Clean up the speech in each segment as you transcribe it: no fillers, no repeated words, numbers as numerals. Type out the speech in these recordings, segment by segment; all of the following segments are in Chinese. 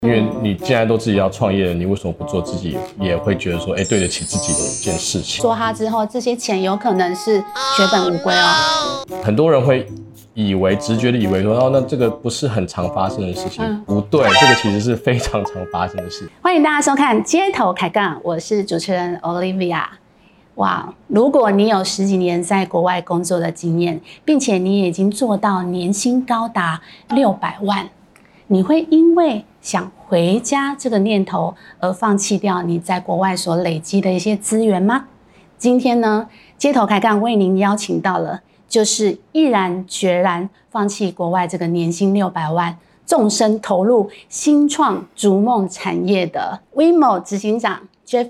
因为你既然都自己要创业了，你为什么不做自己也会觉得说，对得起自己的一件事情？ 做它之后，这些钱有可能是血本无归哦。 很多人会直觉的以为说，那这个不是很常发生的事情，不对，这个其实是非常常发生的事。 欢迎大家收看《街头开杠》，我是主持人 Olivia。哇，如果你有10几年在国外工作的经验，并且你也已经做到年薪高达600万，你会因为想回家这个念头而放弃掉你在国外所累积的一些资源吗？今天呢，街头开杠为您邀请到了就是毅然决然放弃国外这个年薪600万，纵身投入新创逐梦产业的 WeMo 执行长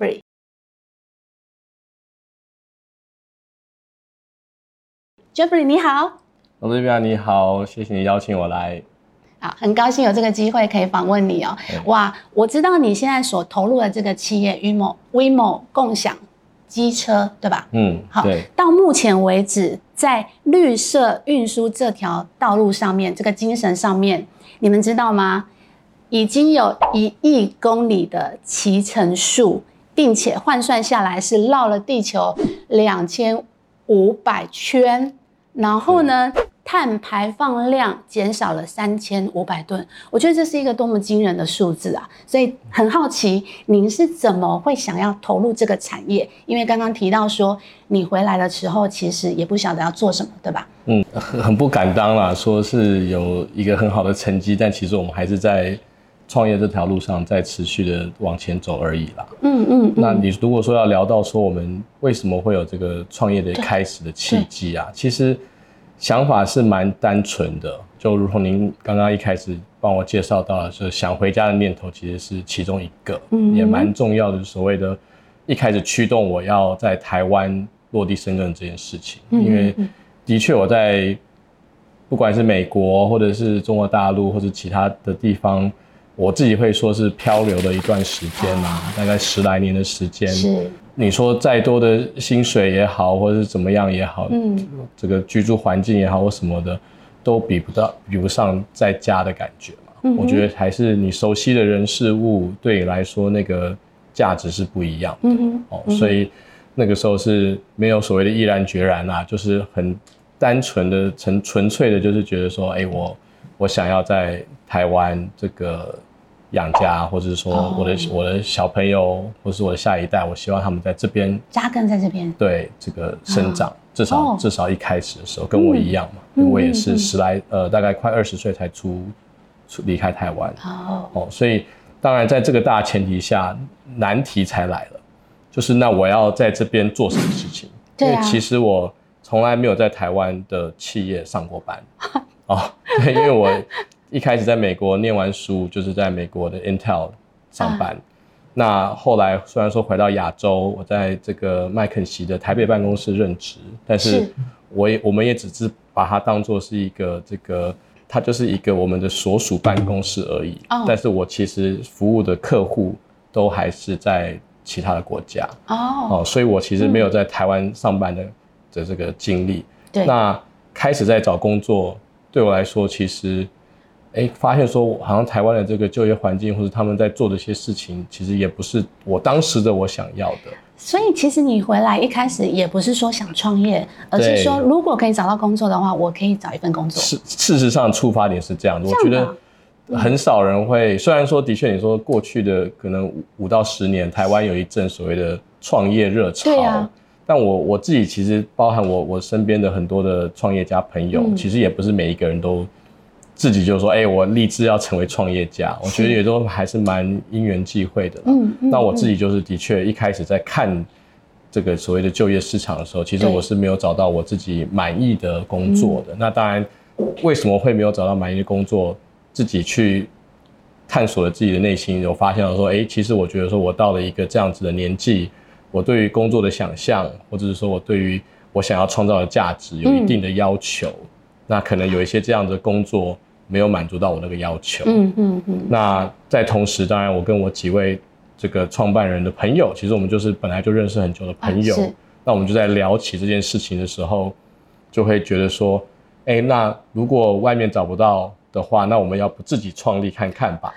Jeffrey。Jeffrey 你好。 Olivia 你好，谢谢你邀请我来。 好，很高兴有这个机会可以访问你哦。哇，我知道你现在所投入的这个企业 WeMo 共享机车，对吧？好，对。到目前为止，在绿色运输这条道路上面，这个精神上面，你们知道吗？已经有1亿公里的骑乘数，并且换算下来是绕了地球2500圈，然后呢，碳排放量减少了3500吨，我觉得这是一个多么惊人的数字啊！所以很好奇，您是怎么会想要投入这个产业？因为刚刚提到说，你回来的时候其实也不晓得要做什么，对吧？ 很不敢当啦，说是有一个很好的成绩，但其实我们还是在创业这条路上在持续的往前走而已啦。那你如果说要聊到说我们为什么会有这个创业的开始的契机啊，其实想法是蛮单纯的，就如同您刚刚一开始帮我介绍到了，就是想回家的念头其实是其中一个，也蛮重要的，所谓的一开始驱动我要在台湾落地生根这件事情。因为的确我在不管是美国或者是中国大陆或者其他的地方，我自己会说是漂流了一段时间啦，大概10来年的时间。是，你说再多的薪水也好，或者是怎么样也好，这个居住环境也好或什么的，都比不上在家的感觉嘛。我觉得还是你熟悉的人事物对你来说那个价值是不一样的。所以那个时候是没有所谓的毅然决然啦，就是很单纯的、很纯粹的，就是觉得说，我想要在台湾这个养家，或者是说我的小朋友，或是我的下一代，我希望他们在这边扎根在这边， 对这个生长，至少一开始的时候跟我一样嘛，因为我也是大概快20岁才离开台湾。所以当然在这个大前提下，难题才来了，就是那我要在这边做什么事情？因为其实我从来没有在台湾的企业上过班。对，因为我一开始在美国念完书，就是在美国的 Intel 上班。那后来虽然说回到亚洲，我在这个麦肯锡的台北办公室任职，但是我们也只是把它当作是一个它就是一个我们的所属办公室而已。但是我其实服务的客户都还是在其他的国家。所以我其实没有在台湾上班的这个经历。那开始在找工作，对我来说，其实，发现说好像台湾的这个就业环境或者他们在做的一些事情，其实也不是我当时的我想要的。 所以其实你回来一开始也不是说想创业，而是说如果可以找到工作的话，我可以找一份工作。 事实上出发点是这样的，我觉得很少人会，虽然说的确你说过去的可能5到10年，台湾有一阵所谓的创业热潮。但我自己其实包含我身边的很多的创业家朋友，其实也不是每一个人都自己就说我立志要成为创业家。我觉得也都还是蛮因缘际会的。那我自己就是的确一开始在看这个所谓的就业市场的时候，其实我是没有找到我自己满意的工作的。那当然为什么会没有找到满意的工作，自己去探索了自己的内心，有发现到说其实我觉得说我到了一个这样子的年纪，我对于工作的想象，或者是说我对于我想要创造的价值有一定的要求。那可能有一些这样的工作没有满足到我那个要求。那在同时，当然我跟我几位这个创办人的朋友，其实我们就是本来就认识很久的朋友。那我们就在聊起这件事情的时候，就会觉得说，那如果外面找不到的话，那我们要不自己创立看看吧。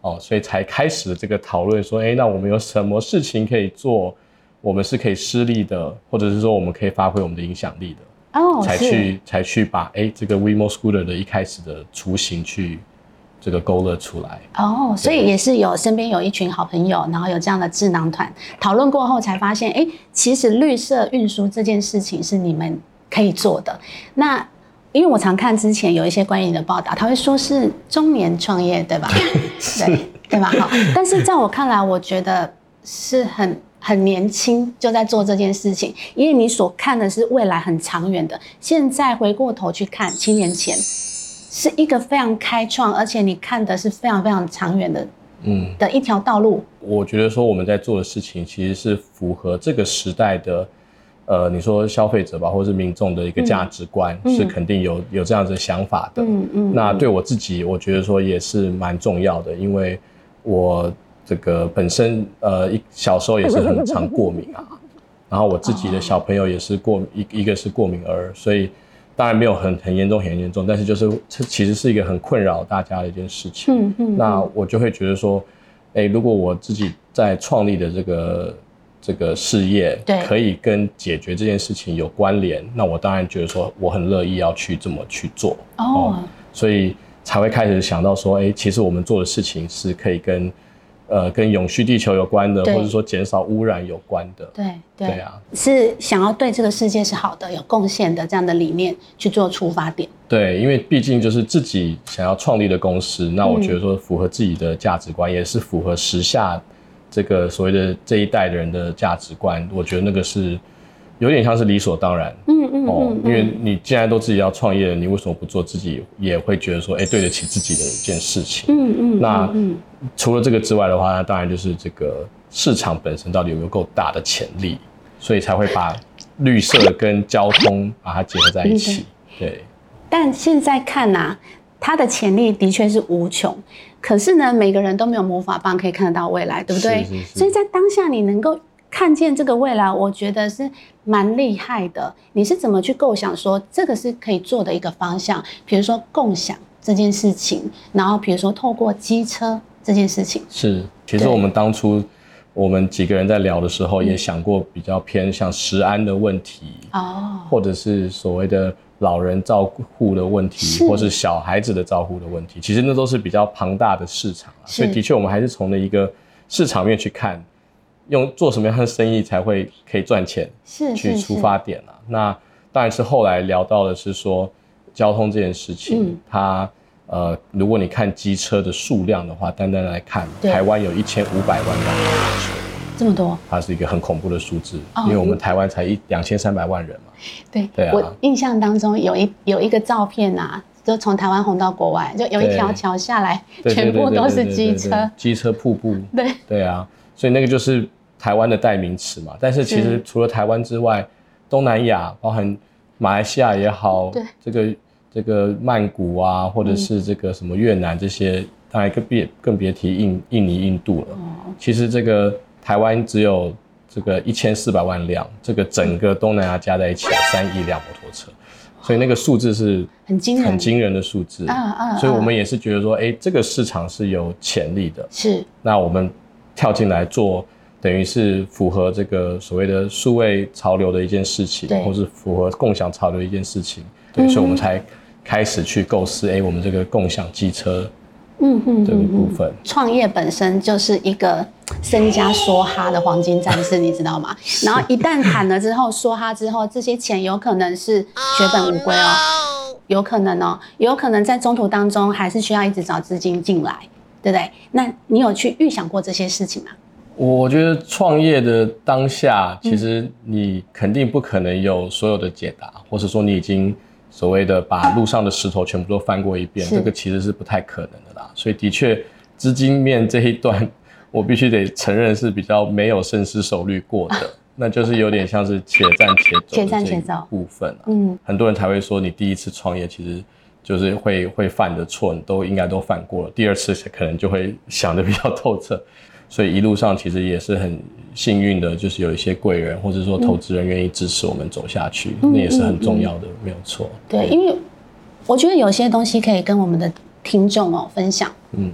所以才开始这个讨论说，那我们有什么事情可以做，我们是可以施力的，或者是说我们可以发挥我们的影响力的，才去把这个 WeMo Scooter 的一开始的雏形去这个勾勒出来。 所以也是身边有一群好朋友，然后有这样的智囊团讨论过后才发现，其实绿色运输这件事情是你们可以做的。那因为我常看之前有一些关于你的报道，他会说是中年创业，对吧？对吧？好，但是在我看来，我觉得是很年轻就在做这件事情，因为你所看的是未来很长远的。现在回过头去看7年前，是一个非常开创，而且你看的是非常非常长远的一条道路。 我觉得说我们在做的事情其实是符合这个时代的。你说消费者吧，或是民众的一个价值观，是肯定有这样子的想法的。那对我自己，我觉得说也是蛮重要的，因为我这个本身小时候也是很常过敏啊，然后我自己的小朋友也是一个是过敏儿，所以当然没有很严重，但是就是这其实是一个很困扰大家的一件事情。那我就会觉得说，如果我自己在创立的这个事业可以跟解决这件事情有关联，那我当然觉得说我很乐意要去这么去做。所以才会开始想到说，其实我们做的事情是可以跟永续地球有关的，或者说减少污染有关的。对啊， 是想要对这个世界是好的、有贡献的这样的理念去做出发点。 对，因为毕竟就是自己想要创立的公司，那我觉得说符合自己的价值观，也是符合时下这个所谓的这一代的人的价值观，我觉得那个是有点像是理所当然。因为你既然都自己要创业了，你为什么不做自己也会觉得说，对得起自己的一件事情。那除了这个之外的话，那当然就是这个市场本身到底有没有够大的潜力，所以才会把绿色跟交通把它结合在一起。对。 但现在看它的潜力的确是无穷，可是呢，每个人都没有魔法棒可以看得到未来，对不对？所以在当下你能够看见这个未来，我觉得是蛮厉害的。你是怎么去构想说这个是可以做的一个方向？比如说共享这件事情，然后比如说透过机车这件事情。 是，其实我们当初我们几个人在聊的时候，也想过比较偏向食安的问题，或者是所谓的老人照护的问题，或是小孩子的照护的问题，其实那都是比较庞大的市场所以的确我们还是从一个市场面去看，用做什么样的生意才会可以赚钱，去出发点那当然是后来聊到的是说交通这件事情，它如果你看机车的数量的话，单单来看，台湾有1500万辆机车。 这么多， 它是一个很恐怖的数字，因为我们台湾才2300万人嘛。 对啊，我印象当中有一个照片就从台湾红到国外，就有一条桥下来，全部都是机车， 机车瀑布。对啊，所以那个就是台湾的代名词嘛。但是其实除了台湾之外，东南亚包含马来西亚也好，这个曼谷或者是这个什么越南这些，当然更别提印尼、印度了。其实这个台湾只有这个1400万辆，这个整个东南亚加在一起有3亿辆摩托车，所以那个数字是很惊人的数字。所以我们也是觉得说，这个市场是有潜力的。 是， 那我们跳进来做，等于是符合这个所谓的数位潮流的一件事情，或是符合共享潮流的一件事情。对，所以我们才开始去构思，我们这个共享机车。这个部分， 创业本身就是一个身家梭哈的黄金战士，你知道吗？然后一旦喊了之后，梭哈之后，这些钱有可能是血本无归有可能在中途当中还是需要一直找资金进来，对不对？那你有去预想过这些事情吗？ 我觉得创业的当下，其实你肯定不可能有所有的解答，或是说你已经所谓的把路上的石头全部都翻过一遍，这个其实是不太可能的啦。所以的确，资金面这一段，我必须得承认是比较没有深思熟虑过的，那就是有点像是且战且走的这一部分很多人才会说，你第一次创业其实就是会犯的错，你应该都犯过了，第二次可能就会想得比较透彻。所以一路上其实也是很幸运的，就是有一些贵人或者说投资人愿意支持我们走下去，那也是很重要的，没有错。 对，因为我觉得有些东西可以跟我们的听众分享。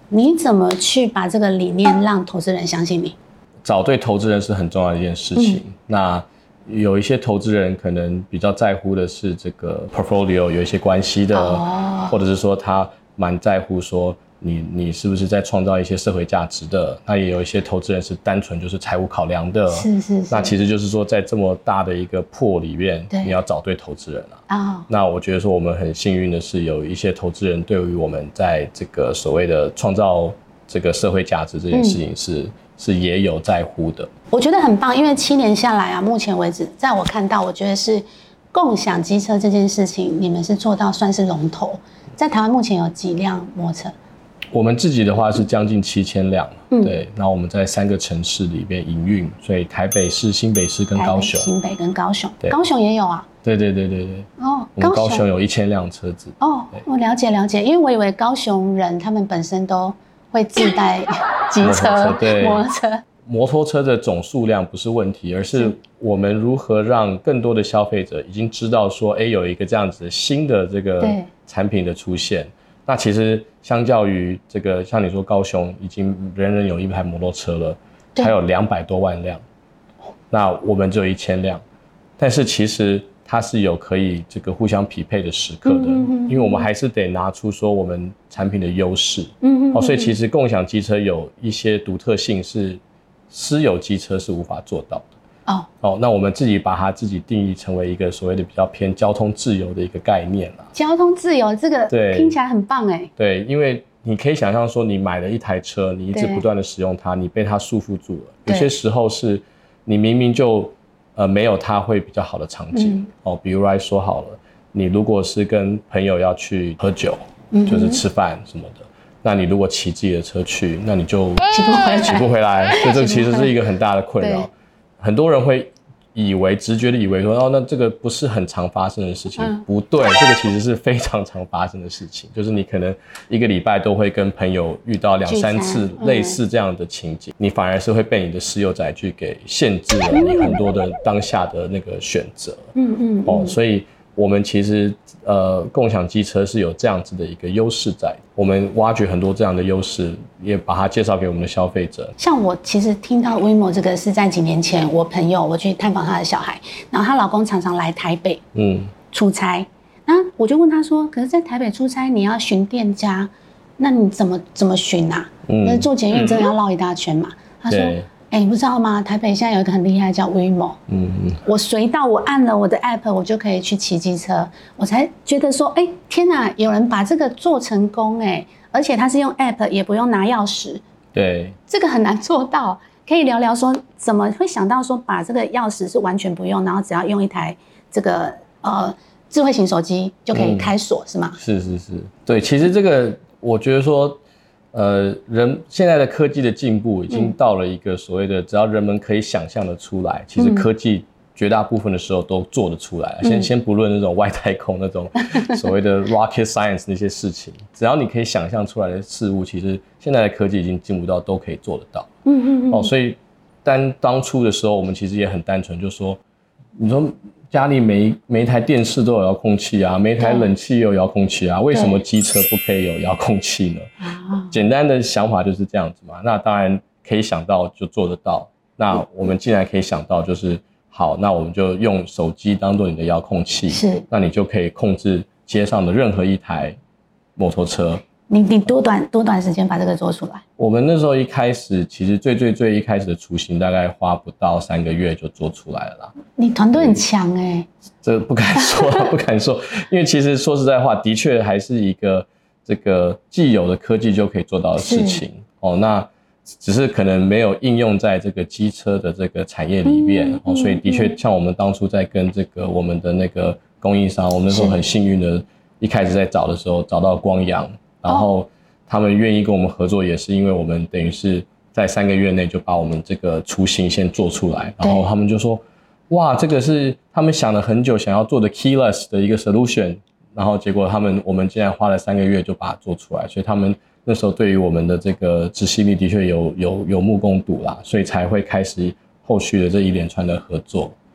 你怎么去把这个理念让投资人相信你？ 找对投资人是很重要的一件事情。那有一些投资人可能比较在乎的是这个 portfolio 有一些关系的，或者是说他蛮在乎说你是不是在创造一些社会价值的。那也有一些投资人是单纯就是财务考量的。 是。 那其实就是说在这么大的一个破里面，你要找对投资人啊。那我觉得说我们很幸运的是有一些投资人对于我们在这个所谓的创造这个社会价值这件事情是也有在乎的。 我觉得很棒，因为7年下来啊，目前为止，在我看到，我觉得是共享机车这件事情，你们是做到算是龙头。在台湾目前有几辆摩托车？ 我们自己的话是将近7000辆，对。然后我们在3个城市里面营运，所以台北市、新北市跟高雄。 新北跟高雄，高雄也有啊。 对。哦，我们高雄有1000辆车子。 哦，我了解，因为我以为高雄人他们本身都会自带机车、摩托车。 摩托车的总数量不是问题，而是我们如何让更多的消费者已经知道说，有一个这样子新的这个产品的出现。那其实相较于这个，像你说高雄已经人人有一台摩托车了，还有200多万辆，那我们只有1000辆，但是其实它是有可以这个互相匹配的时刻的，因为我们还是得拿出说我们产品的优势。所以其实共享机车有一些独特性是私有机车是无法做到的。那我们自己把它自己定义成为一个所谓的比较偏交通自由的一个概念啦。 交通自由这个听起来很棒哎。 对，因为你可以想象说，你买了一台车，你一直不断的使用它，你被它束缚住了。有些时候是你明明就没有它会比较好的场景。比如来说好了，你如果是跟朋友要去喝酒，就是吃饭什么的。那你如果骑自己的车去，那你就骑不回来，所以这其实是一个很大的困扰。很多人会直觉的以为说，那这个不是很常发生的事情。不对，这个其实是非常常发生的事情，就是你可能1个礼拜都会跟朋友遇到2、3次类似这样的情景，你反而是会被你的私有载具给限制了你很多的当下的那个选择。所以我们其实共享机车是有这样子的一个优势在，我们挖掘很多这样的优势，也把它介绍给我们的消费者。 像我其实听到 WeMo 这个是在几年前，我朋友我去探访她的小孩，然后她老公常常来台北出差，那我就问他说，可是在台北出差你要巡店家，那你怎么巡啊？那坐捷运真的要绕一大圈嘛？他说你不知道吗？台北现在有一个很厉害叫 WeMo，我随到我按了我的 app， 我就可以去骑机车，我才觉得说，天哪，有人把这个做成功而且他是用 app， 也不用拿钥匙， 对， 这个很难做到。可以聊聊说，怎么会想到说把这个钥匙是完全不用，然后只要用一台这个智慧型手机就可以开锁，是吗？ 是，对，其实这个我觉得说。现在的科技的进步已经到了一个所谓的，只要人们可以想象的出来，其实科技绝大部分的时候都做得出来。先不论那种外太空那种所谓的 rocket science 那些事情，只要你可以想象出来的事物，其实现在的科技已经进步到都可以做得到。所以当初的时候，我们其实也很单纯，就说，你说家里每一台电视都有遥控器啊，每一台冷气也有遥控器啊，为什么机车不可以有遥控器呢？简单的想法就是这样子嘛。那当然可以想到就做得到。那我们既然可以想到，就是好，那我们就用手机当做你的遥控器，那你就可以控制街上的任何一台摩托车。 你多短时间把这个做出来？ 我们那时候一开始，其实最一开始的雏形大概花不到3个月就做出来了啦。你团队很强这不敢说，不敢说，因为其实说实在话，的确还是一个这个既有的科技就可以做到的事情那只是可能没有应用在这个机车的这个产业里面所以的确像我们当初在跟这个我们的那个供应商，我们那时候很幸运的，一开始在找的时候找到光阳。然后他们愿意跟我们合作，也是因为我们等于是在3个月内就把我们这个雏形先做出来，然后他们就说，哇，这个是他们想了很久想要做的 keyless 的一个 solution， 然后结果我们竟然花了3个月就把它做出来，所以他们那时候对于我们的这个执行力的确有目共睹啦，所以才会开始后续的这一连串的合作。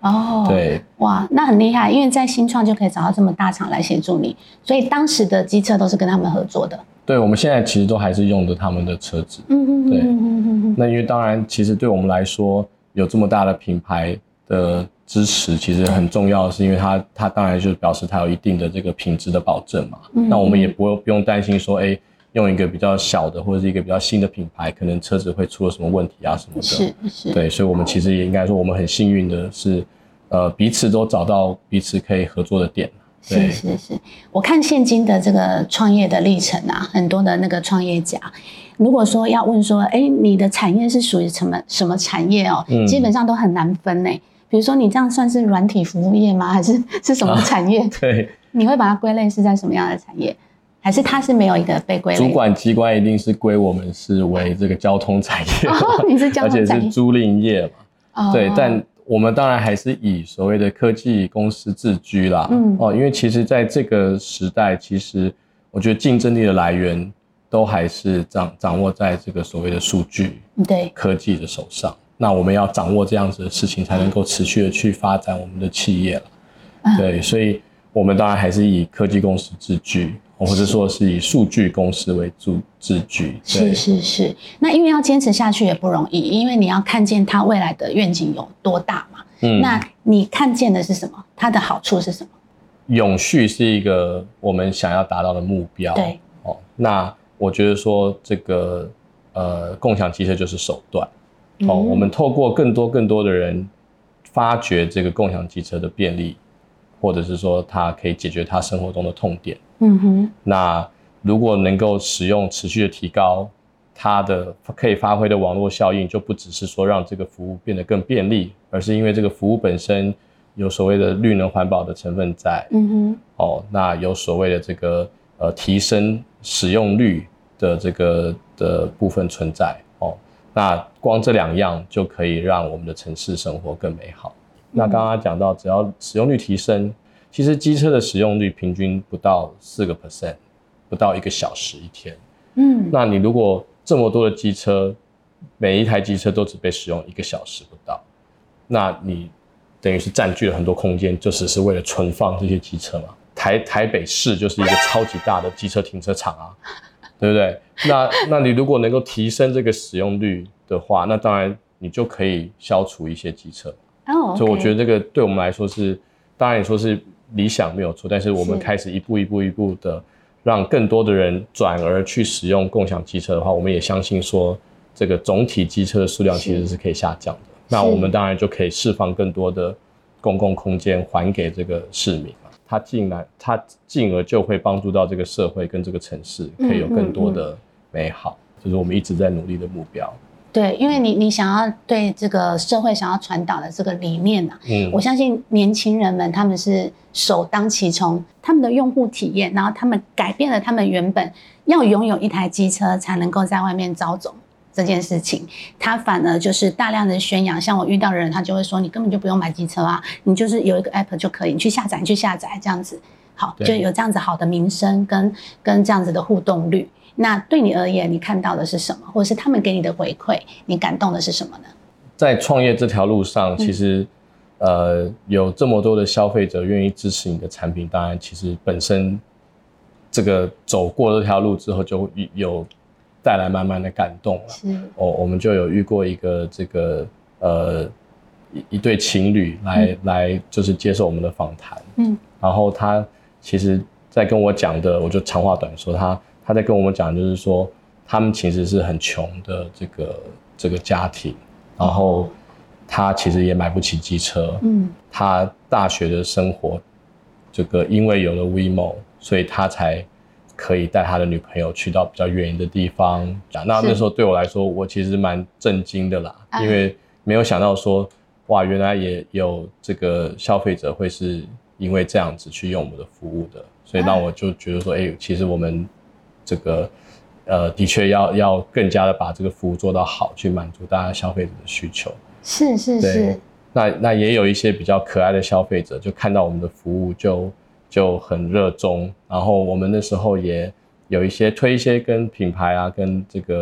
哦，对，哇，那很厉害，因为在新创就可以找到这么大厂来协助你，所以当时的机车都是跟他们合作的。 对，我们现在其实都还是用的他们的车子。对，那因为当然，其实对我们来说，有这么大的品牌的支持，其实很重要的是，因为它当然就表示它有一定的这个品质的保证嘛。那我们也不用担心说，用一个比较小的或者是一个比较新的品牌，可能车子会出了什么问题啊什么的。是。对，所以我们其实也应该说，我们很幸运的是，彼此都找到彼此可以合作的点。 是，我看现今的这个创业的历程啊，很多的那个创业家，如果说要问说，你的产业是属于什么产业哦，基本上都很难分欸。比如说你这样算是软体服务业吗？还是什么产业？ 对， 你会把它归类是在什么样的产业？还是它是没有一个被归类？ 主管机关一定是归我们是为这个交通产业， 你是交通产业， 而且是租赁业嘛。对，但我们当然还是以所谓的科技公司自居啦。因为其实在这个时代，其实我觉得竞争力的来源都还是掌握在这个所谓的数据、科技的手上。那我们要掌握这样子的事情，才能够持续的去发展我们的企业了。对，所以我们当然还是以科技公司自居，或者说是以数据公司为自居。 是。那因为要坚持下去也不容易，因为你要看见它未来的愿景有多大嘛。那你看见的是什么？它的好处是什么？ 永续是一个我们想要达到的目标。 对。 那我觉得说这个共享机车就是手段。我们透过更多的人发掘这个共享机车的便利，或者是说它可以解决他生活中的痛点。那如果能够使用持续的提高它的可以发挥的网络效应，就不只是说让这个服务变得更便利，而是因为这个服务本身有所谓的绿能环保的成分在。那有所谓的这个提升使用率的这个的部分存在。那光这2样就可以让我们的城市生活更美好。那刚刚讲到，只要使用率提升，其实机车的使用率平均不到4%，不到1个小时一天。那你如果这么多的机车，每一台机车都只被使用1个小时不到，那你等于是占据了很多空间，就只是为了存放这些机车嘛。台北市就是一个超级大的机车停车场啊。对不对？那你如果能够提升这个使用率的话，那当然你就可以消除一些机车。所以我觉得这个对我们来说是，当然你说是理想没有错，但是我们开始一步的让更多的人转而去使用共享机车的话，我们也相信说这个总体机车的数量其实是可以下降的。那我们当然就可以释放更多的公共空间还给这个市民。它进而就会帮助到这个社会跟这个城市可以有更多的美好，这是我们一直在努力的目标。 对，因为你想要对这个社会想要传导的这个理念啊，我相信年轻人们他们是首当其冲，他们的用户体验，然后他们改变了他们原本要拥有一台机车才能够在外面招总这件事情，他反而就是大量的宣扬。像我遇到的人，他就会说你根本就不用买机车啊，你就是有一个 app 就可以，你去下载这样子，好，就有这样子好的名声跟这样子的互动率。那对你而言，你看到的是什么，或者是他们给你的回馈，你感动的是什么呢？在创业这条路上，其实有这么多的消费者愿意支持你的产品，当然其实本身这个走过这条路之后，就有带来满满的感动了。我们就有遇过一个这个一对情侣来就是接受我们的访谈。然后他其实在跟我讲的，我就长话短说，他在跟我们讲就是说，他们其实是很穷的这个家庭，然后他其实也买不起机车。他大学的生活这个因为有了 WeMo， 所以他才可以带他的女朋友去到比较远的地方。那时候对我来说，我其实蛮震惊的啦，因为没有想到说，哇，原来也有这个消费者会是因为这样子去用我们的服务的，所以让我就觉得说，其实我们这个的确要更加的把这个服务做到好，去满足大家消费者的需求。是。那也有一些比较可爱的消费者，就看到我们的服务就很热衷，然后我们那时候也有推一些跟品牌啊，跟这个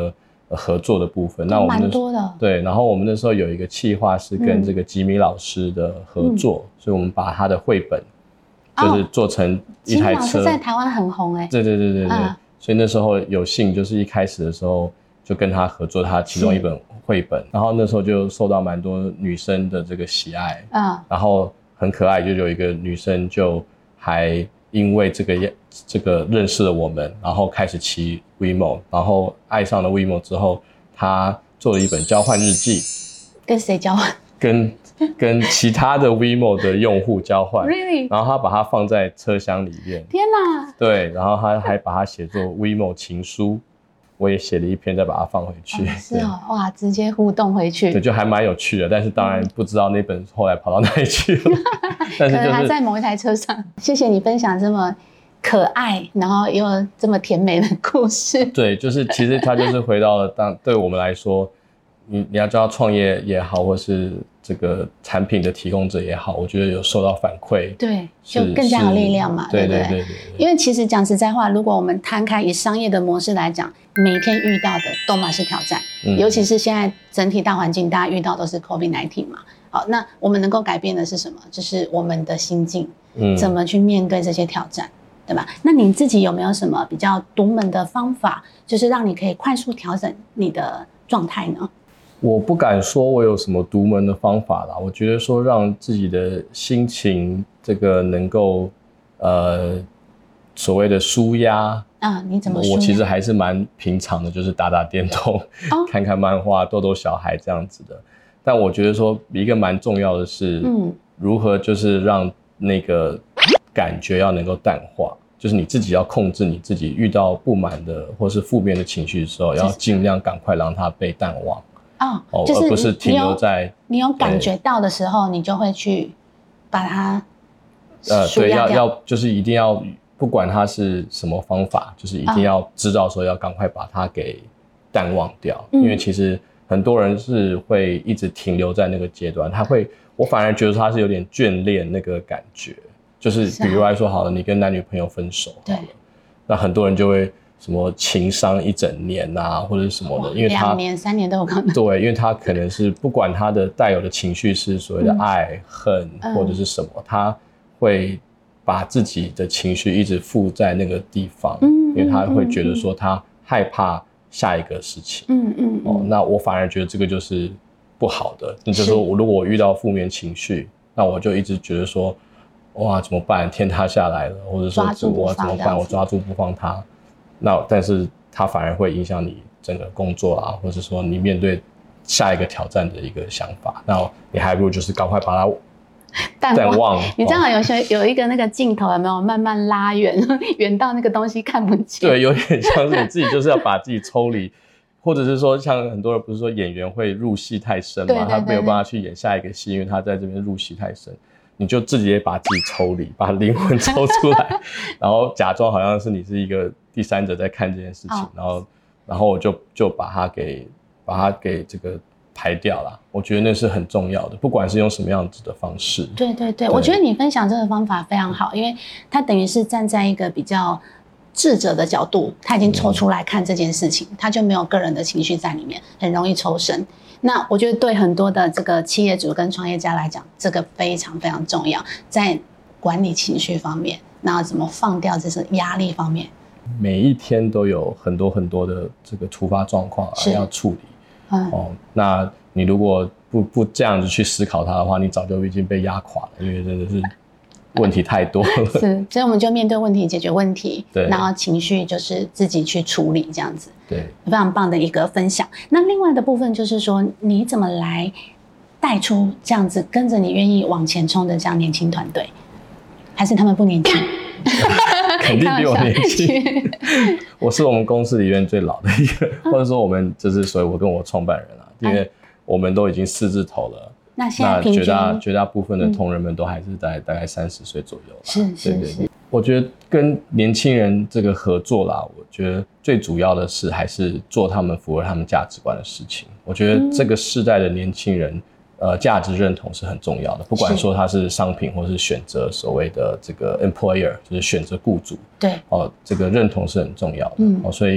合作的部分。那我们蛮多的。 对，然后我们那时候有一个企划是跟这个吉米老师的合作，所以我们把他的绘本就是做成一台车。吉米老师在台湾很红对，所以那时候有幸就是一开始的时候就跟他合作他其中一本绘本，然后那时候就受到蛮多女生的这个喜爱，然后很可爱，就有一个女生就还因为这个认识了我们，然后开始骑 WeMo， 然后爱上了 WeMo 之后，她做了一本交换日记。 跟谁交换？ 跟其他的 WeMo 的用户交换。 Really？ 然后她把它放在车厢里面。 天哪！ 对，然后她还把它写作 WeMo 情书。我也写了一篇，再把它放回去。 是哦，哇，直接互动回去。 对，就还蛮有趣的，但是当然不知道那本后来跑到哪里去了。但是可能还在某一台车上。谢谢你分享这么可爱，然后又这么甜美的故事。 对，就是其实它就是回到了对我们来说，你要叫他创业也好，或是这个产品的提供者也好，我觉得有受到反馈， 对，就更加有力量嘛，对不对？因为其实讲实在话，如果我们摊开以商业的模式来讲，每天遇到的都嘛是挑战，尤其是现在整体大环境，大家遇到都是 COVID-19 嘛。好，那我们能够改变的是什么？就是我们的心境，怎么去面对这些挑战，对吧？那你自己有没有什么比较独门的方法，就是让你可以快速调整你的状态呢？ 我不敢说我有什么独门的方法啦，我觉得说让自己的心情这个能够所谓的舒压啊， 你怎么舒压？ 我其实还是蛮平常的，就是打打电动，看看漫画，逗逗小孩这样子的。但我觉得说一个蛮重要的是，如何就是让那个感觉要能够淡化，就是你自己要控制你自己遇到不满的或是负面的情绪的时候，要尽量赶快让它被淡忘。 就是而不是停留在你有感觉到的时候，你就会去把它对，要就是一定要，不管它是什么方法，就是一定要知道说要赶快把它给淡忘掉，因为其实很多人是会一直停留在那个阶段，我反而觉得他是有点眷恋那个感觉，就是比如来说好了，你跟男女朋友分手好了，那很多人就会什么情伤一整年啊，或者是什么的，因为他2 年3年都有可能。 对，因为他可能是不管他的带有的情绪是所谓的爱、恨或者是什么，他会把自己的情绪一直附在那个地方，因为他会觉得说他害怕下一个事情。那我反而觉得这个就是不好的。就是说如果我遇到负面情绪，那我就一直觉得说，哇，怎么办？天塌下来了，或者说我怎么办？我抓住不放它。但是它反而会影响你整个工作啊，或者说你面对下一个挑战的一个想法。那你还不如就是赶快把它淡忘。 你正好有一个那个镜头有没有慢慢拉远，远到那个东西看不见？ 对，有点像是你自己就是要把自己抽离，或者是说像很多人不是说演员会入戏太深嘛，他没有办法去演下一个戏，因为他在这边入戏太深。你就自己也把自己抽离，把灵魂抽出来，然后假装好像是你是一个第三者在看这件事情，然后我就把它给这个排掉了。我觉得那是很重要的，不管是用什么样子的方式。 对，我觉得你分享这个方法非常好，因为他等于是站在一个比较智者的角度，他已经抽出来看这件事情，他就没有个人的情绪在里面，很容易抽身。那我觉得对很多的这个企业主跟创业家来讲，这个非常非常重要，在管理情绪方面，那怎么放掉这些压力方面。 每一天都有很多很多的这个突发状况要处理，那你如果不这样子去思考它的话，你早就已经被压垮了，因为真的是问题太多了。 是，所以我们就面对问题，解决问题， 对， 然后情绪就是自己去处理，这样子。 对， 非常棒的一个分享。那另外的部分就是说，你怎么来带出这样子跟着你愿意往前冲的这样年轻团队？还是他们不年轻？ 肯定比我年轻。我是我们公司里面最老的一个，或者说我们就是所以我跟我创办人啊，因为我们都已经4字头了。 那现在平均绝大部分的同仁们都还是在大概30岁左右。 是。 我觉得跟年轻人这个合作啦，我觉得最主要的是还是做他们符合他们价值观的事情。我觉得这个世代的年轻人，价值认同是很重要的，不管说他是商品或是选择所谓的这个 employer， 就是选择雇主， 对， 这个认同是很重要的。所以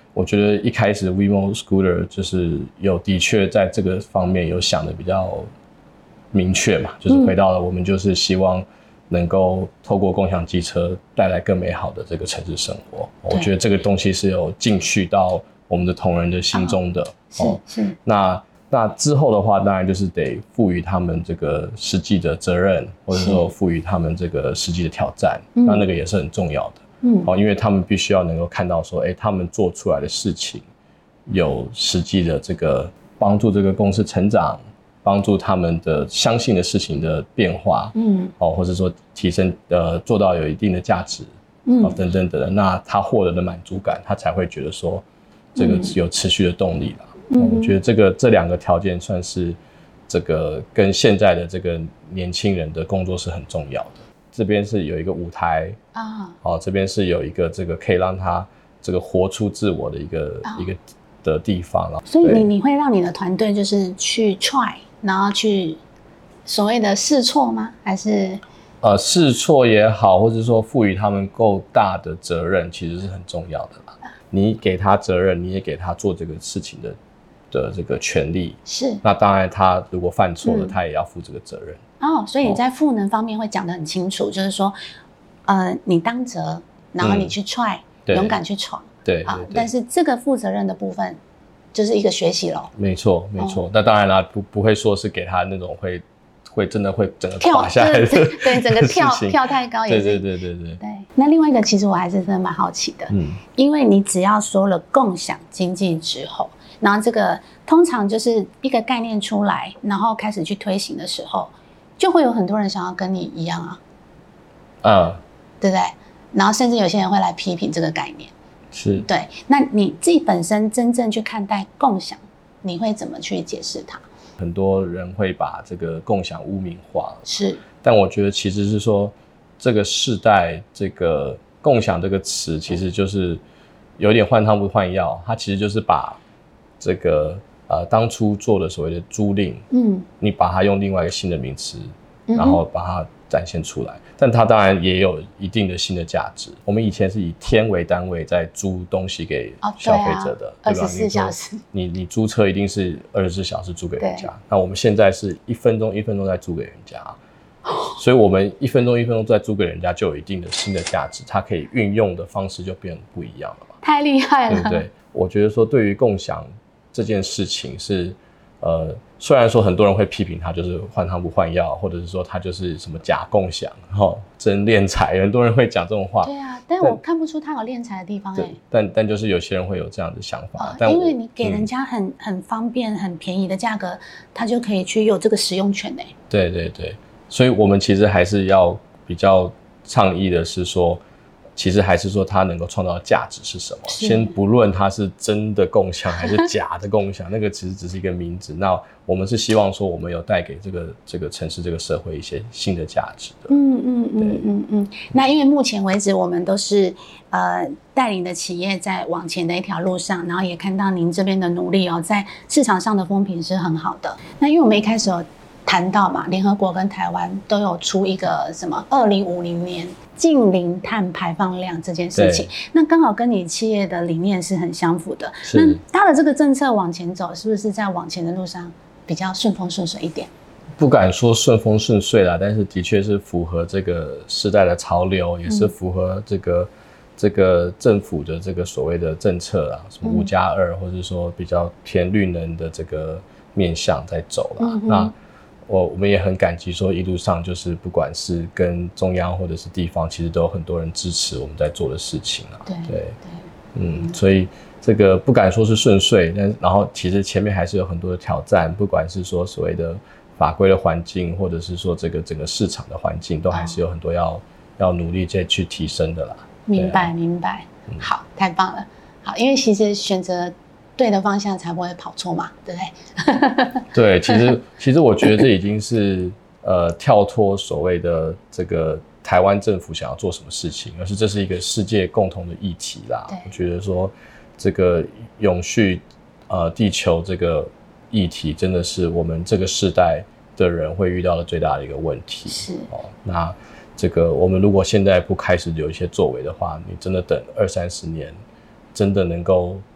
我觉得一开始 WeMo Scooter 就是的确在这个方面有想的比较明确嘛，就是回到了我们就是希望能够透过共享机车带来更美好的这个城市生活。我觉得这个东西是有进去到我们的同仁的心中的。 是。 那之后的话，当然就是得赋予他们这个实际的责任，或者说赋予他们这个实际的挑战，那个也是很重要的。因为他们必须要能够看到说，他们做出来的事情有实际的这个帮助这个公司成长，帮助他们的相信的事情的变化，或者说提升做到有一定的价值，等等的，那他获得的满足感，他才会觉得说这个有持续的动力啦。我觉得这两个条件算是这个跟现在的这个年轻人的工作是很重要的。这边是有一个舞台这边是有一个这个可以让他这个活出自我的一个的地方。 所以你会让你的团队就是去 try， 然后去所谓的试错吗？还是试错也好，或者说赋予他们够大的责任，其实是很重要的啦。你给他责任，你也给他做这个事情的这个权利， 是。 那当然他如果犯错了，他也要负这个责任。 所以你在赋能方面会讲得很清楚，就是说你当责，然后你去 try，勇敢去闯。 对。 但是这个负责任的部分就是一个学习咯。 没错。那当然啦，不会说是给他那种会真的会整个垮下来的， 对，整个跳太高也是。 对。 那另外一个，其实我还是真的蛮好奇的，因为你只要说了共享经济之后，然后这个通常就是一个概念出来，然后开始去推行的时候，就会有很多人想要跟你一样对不对？然后甚至有些人会来批评这个概念。 是。 对。那你自己本身真正去看待共享，你会怎么去解释它？ 很多人会把这个共享污名化， 是。 但我觉得其实是说，这个世代这个共享这个词，其实就是有点换汤不换药，它其实就是把这个当初做的所谓的租赁，你把它用另外一个新的名词，然后把它展现出来。但它当然也有一定的新的价值。我们以前是以天为单位在租东西给消费者的，对吧？24 小时， 你租车一定是24小时租给人家。那我们现在是1分钟1分钟在租给人家，所以我们1分钟1分钟在租给人家就有一定的新的价值，它可以运用的方式就变得不一样了嘛。 太厉害了， 对不对？我觉得说对于共享这件事情是虽然说很多人会批评它就是换汤不换药，或者是说它就是什么假共享真敛财，很多人会讲这种话。 对啊，但我看不出它有敛财的地方。 但就是有些人会有这样的想法， 因为你给人家很方便很便宜的价格，他就可以去有这个使用权。 对，所以我们其实还是要比较倡议的是说，其实还是说它能够创造的价值是什么。先不论它是真的共享还是假的共享，那个其实只是一个名字。那我们是希望说，我们有带给这个城市这个社会一些新的价值的。 那因为目前为止，我们都是带领的企业在往前的一条路上，然后也看到您这边的努力在市场上的风评是很好的。那因为我们一开始有谈到嘛，联合国跟台湾都有出一个什么2050年净零碳排放量这件事情，那刚好跟你企业的理念是很相符的。那它的这个政策往前走，是不是在往前的路上比较顺风顺水一点？ 不敢说顺风顺水啦，但是的确是符合这个时代的潮流，也是符合这个政府的这个所谓的政策什么5+2，或者说比较偏绿能的这个面向在走啦。那我们也很感激说一路上就是不管是跟中央或者是地方，其实都有很多人支持我们在做的事情啦。对，所以这个不敢说是顺遂，然后其实前面还是有很多的挑战，不管是说所谓的法规的环境，或者是说这个整个市场的环境，都还是有很多要努力再去提升的啦。 明白。好，太棒了。好，因为其实选择对的方向才不会跑错嘛，对不对？ 对，其实我觉得这已经是跳脱所谓的这个台湾政府想要做什么事情，而是这是一个世界共同的议题啦。我觉得说这个永续地球这个议题真的是我们这个世代的人会遇到的最大的一个问题。 是那这个我们如果现在不开始有一些作为的话，你真的等20-30年，真的能够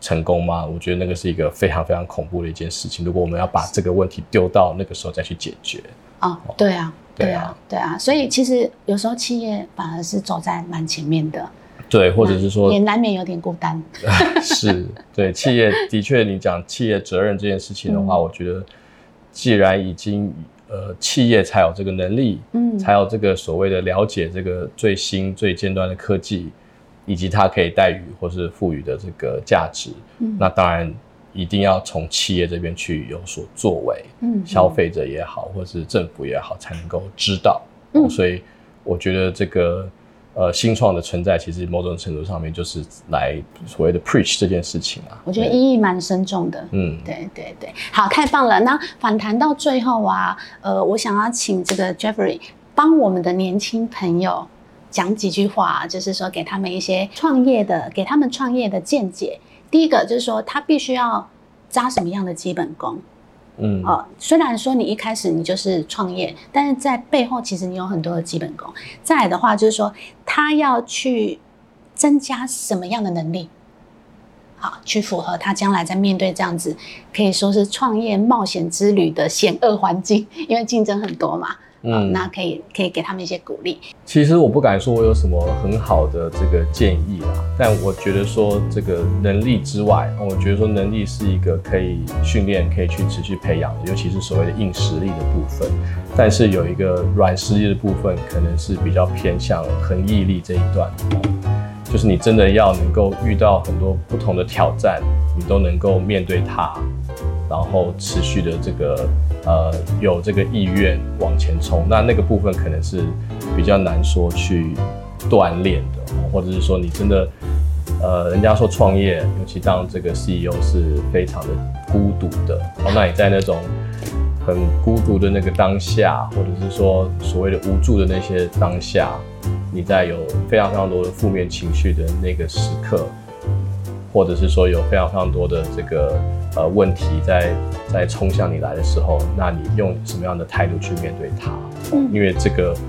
成功吗？我觉得那个是一个非常非常恐怖的一件事情。如果我们要把这个问题丢到那个时候再去解决， 对啊，所以其实有时候企业反而是走在蛮前面的。 对，或者是说也难免有点孤单。 是，对，企业的确，你讲企业责任这件事情的话，我觉得既然已经企业才有这个能力，才有这个所谓的了解这个最新最尖端的科技，以及它可以带予或是赋予的这个价值，那当然一定要从企业这边去有所作为，消费者也好，或是政府也好，才能够知道。所以我觉得这个新创的存在，其实某种程度上面就是来所谓的 preach 这件事情啊。 我觉得意义蛮深重的。对，好，太棒了。那访谈到最后啊，我想要请这个 Jeffrey 帮我们的年轻朋友讲几句话，就是说给他们一些给他们创业的见解。第一个就是说，他必须要扎什么样的基本功。虽然说你一开始你就是创业，但是在背后其实你有很多的基本功。再来的话就是说，他要去增加什么样的能力，好，去符合他将来在面对这样子可以说是创业冒险之旅的险恶环境，因为竞争很多嘛。那可以给他们一些鼓励。其实我不敢说我有什么很好的这个建议啦，但我觉得说这个能力之外，我觉得说能力是一个可以训练、可以去持续培养的，尤其是所谓的硬实力的部分。但是有一个软实力的部分，可能是比较偏向恒毅力这一段，就是你真的要能够遇到很多不同的挑战，你都能够面对它，然后持续的这个有这个意愿往前冲，那个部分可能是比较难说去锻炼的，或者是说你真的人家说创业，尤其当这个 CEO 是非常的孤独的，那你在那种很孤独的那个当下，或者是说所谓的无助的那些当下，你在有非常非常多的负面情绪的那个时刻，或者是说有非常非常多的这个问题在冲向你来的时候，那你用什么样的态度去面对它？因为这个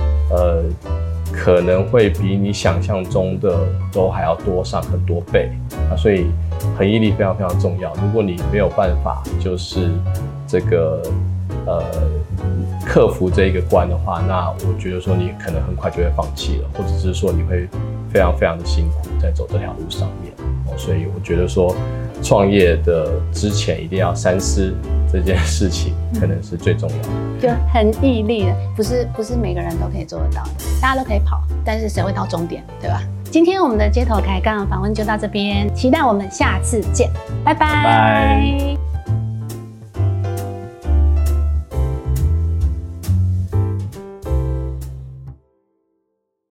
可能会比你想象中的都还要多上很多倍所以恒毅力非常非常重要。如果你没有办法就是这个克服这一个关的话，那我觉得说你可能很快就会放弃了，或者是说你会非常非常的辛苦在走这条路上面所以我觉得说创业的之前一定要三思这件事情，可能是最重要的。 就很毅力的，不是每个人都可以做得到的，大家都可以跑，但是谁会到终点，对吧？今天我们的街头开杠访问就到这边，期待我们下次见，拜拜。